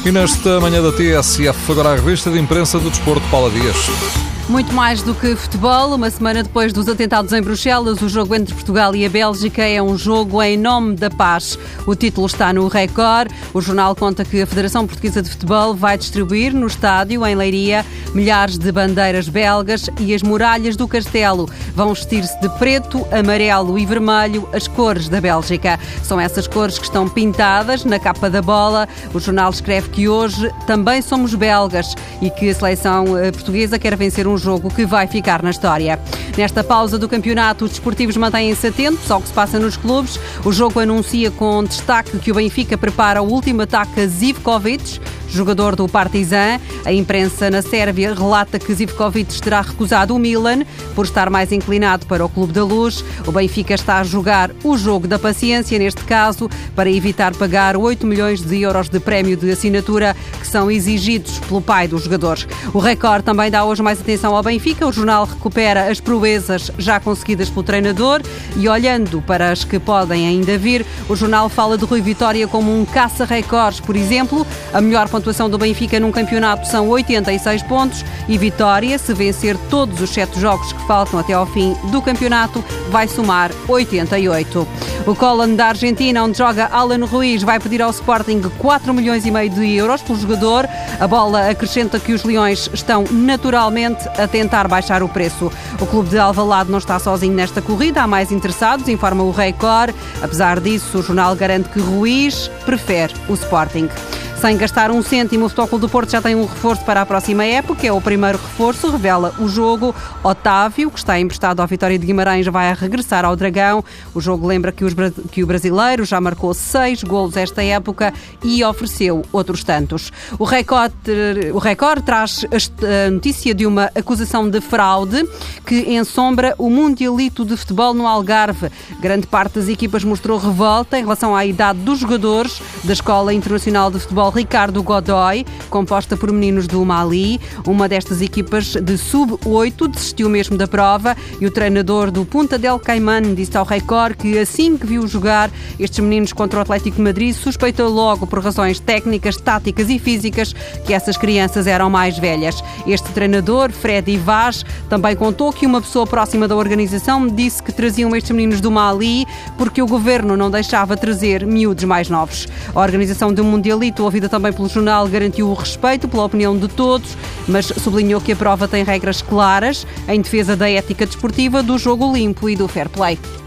E nesta manhã da TSF, agora a revista de imprensa do desporto, Paula Dias. Muito mais do que futebol, uma semana depois dos atentados em Bruxelas, o jogo entre Portugal e a Bélgica é um jogo em nome da paz. O título está no Record. O jornal conta que a Federação Portuguesa de Futebol vai distribuir no estádio, em Leiria, milhares de bandeiras belgas e as muralhas do castelo vão vestir-se de preto, amarelo e vermelho, as cores da Bélgica. São essas cores que estão pintadas na capa da bola. O jornal escreve que hoje também somos belgas e que a seleção portuguesa quer vencer um jogo que vai ficar na história. Nesta pausa do campeonato, os desportivos mantêm-se atentos ao que se passa nos clubes. O jogo anuncia com destaque que o Benfica prepara o último ataque a Zivkovic, jogador do Partizan. A imprensa na Sérvia relata que Zivkovic terá recusado o Milan por estar mais inclinado para o Clube da Luz. O Benfica está a jogar o jogo da paciência, neste caso, para evitar pagar 8 milhões de euros de prémio de assinatura que são exigidos pelo pai do jogador. O Record também dá hoje mais atenção ao Benfica. O jornal recupera as proezas já conseguidas pelo treinador e, olhando para as que podem ainda vir, o jornal fala de Rui Vitória como um caça-recordes. Por exemplo, a melhor pontuação do Benfica num campeonato são 86 pontos e Vitória, se vencer todos os 7 jogos que faltam até ao fim do campeonato, vai somar 88. O Colón da Argentina, onde joga Alan Ruiz, vai pedir ao Sporting 4 milhões e meio de euros pelo jogador. A bola acrescenta que os leões estão naturalmente a tentar baixar o preço. O clube de Alvalade não está sozinho nesta corrida, há mais interessados, informa o Record. Apesar disso, o jornal garante que Ruiz prefere o Sporting. Sem gastar um cêntimo, o Futebol Clube do Porto já tem um reforço para a próxima época. É o primeiro reforço, revela o jogo. Otávio, que está emprestado ao Vitória de Guimarães, vai regressar ao Dragão. O jogo lembra que o brasileiro já marcou 6 golos esta época e ofereceu outros tantos. O Record traz a notícia de uma acusação de fraude que ensombra o Mundialito de Futebol no Algarve. Grande parte das equipas mostrou revolta em relação à idade dos jogadores da Escola Internacional de Futebol Ricardo Godoy, composta por meninos do Mali. Uma destas equipas de sub-8 desistiu mesmo da prova e o treinador do Punta del Caimán disse ao Record que assim que viu jogar estes meninos contra o Atlético de Madrid, suspeitou logo por razões técnicas, táticas e físicas que essas crianças eram mais velhas. Este treinador, Freddy Vaz, também contou que uma pessoa próxima da organização disse que traziam estes meninos do Mali porque o governo não deixava trazer miúdos mais novos. A organização do Mundialito, ouvida também pelo jornal, garantiu o respeito pela opinião de todos, mas sublinhou que a prova tem regras claras em defesa da ética desportiva, do jogo limpo e do fair play.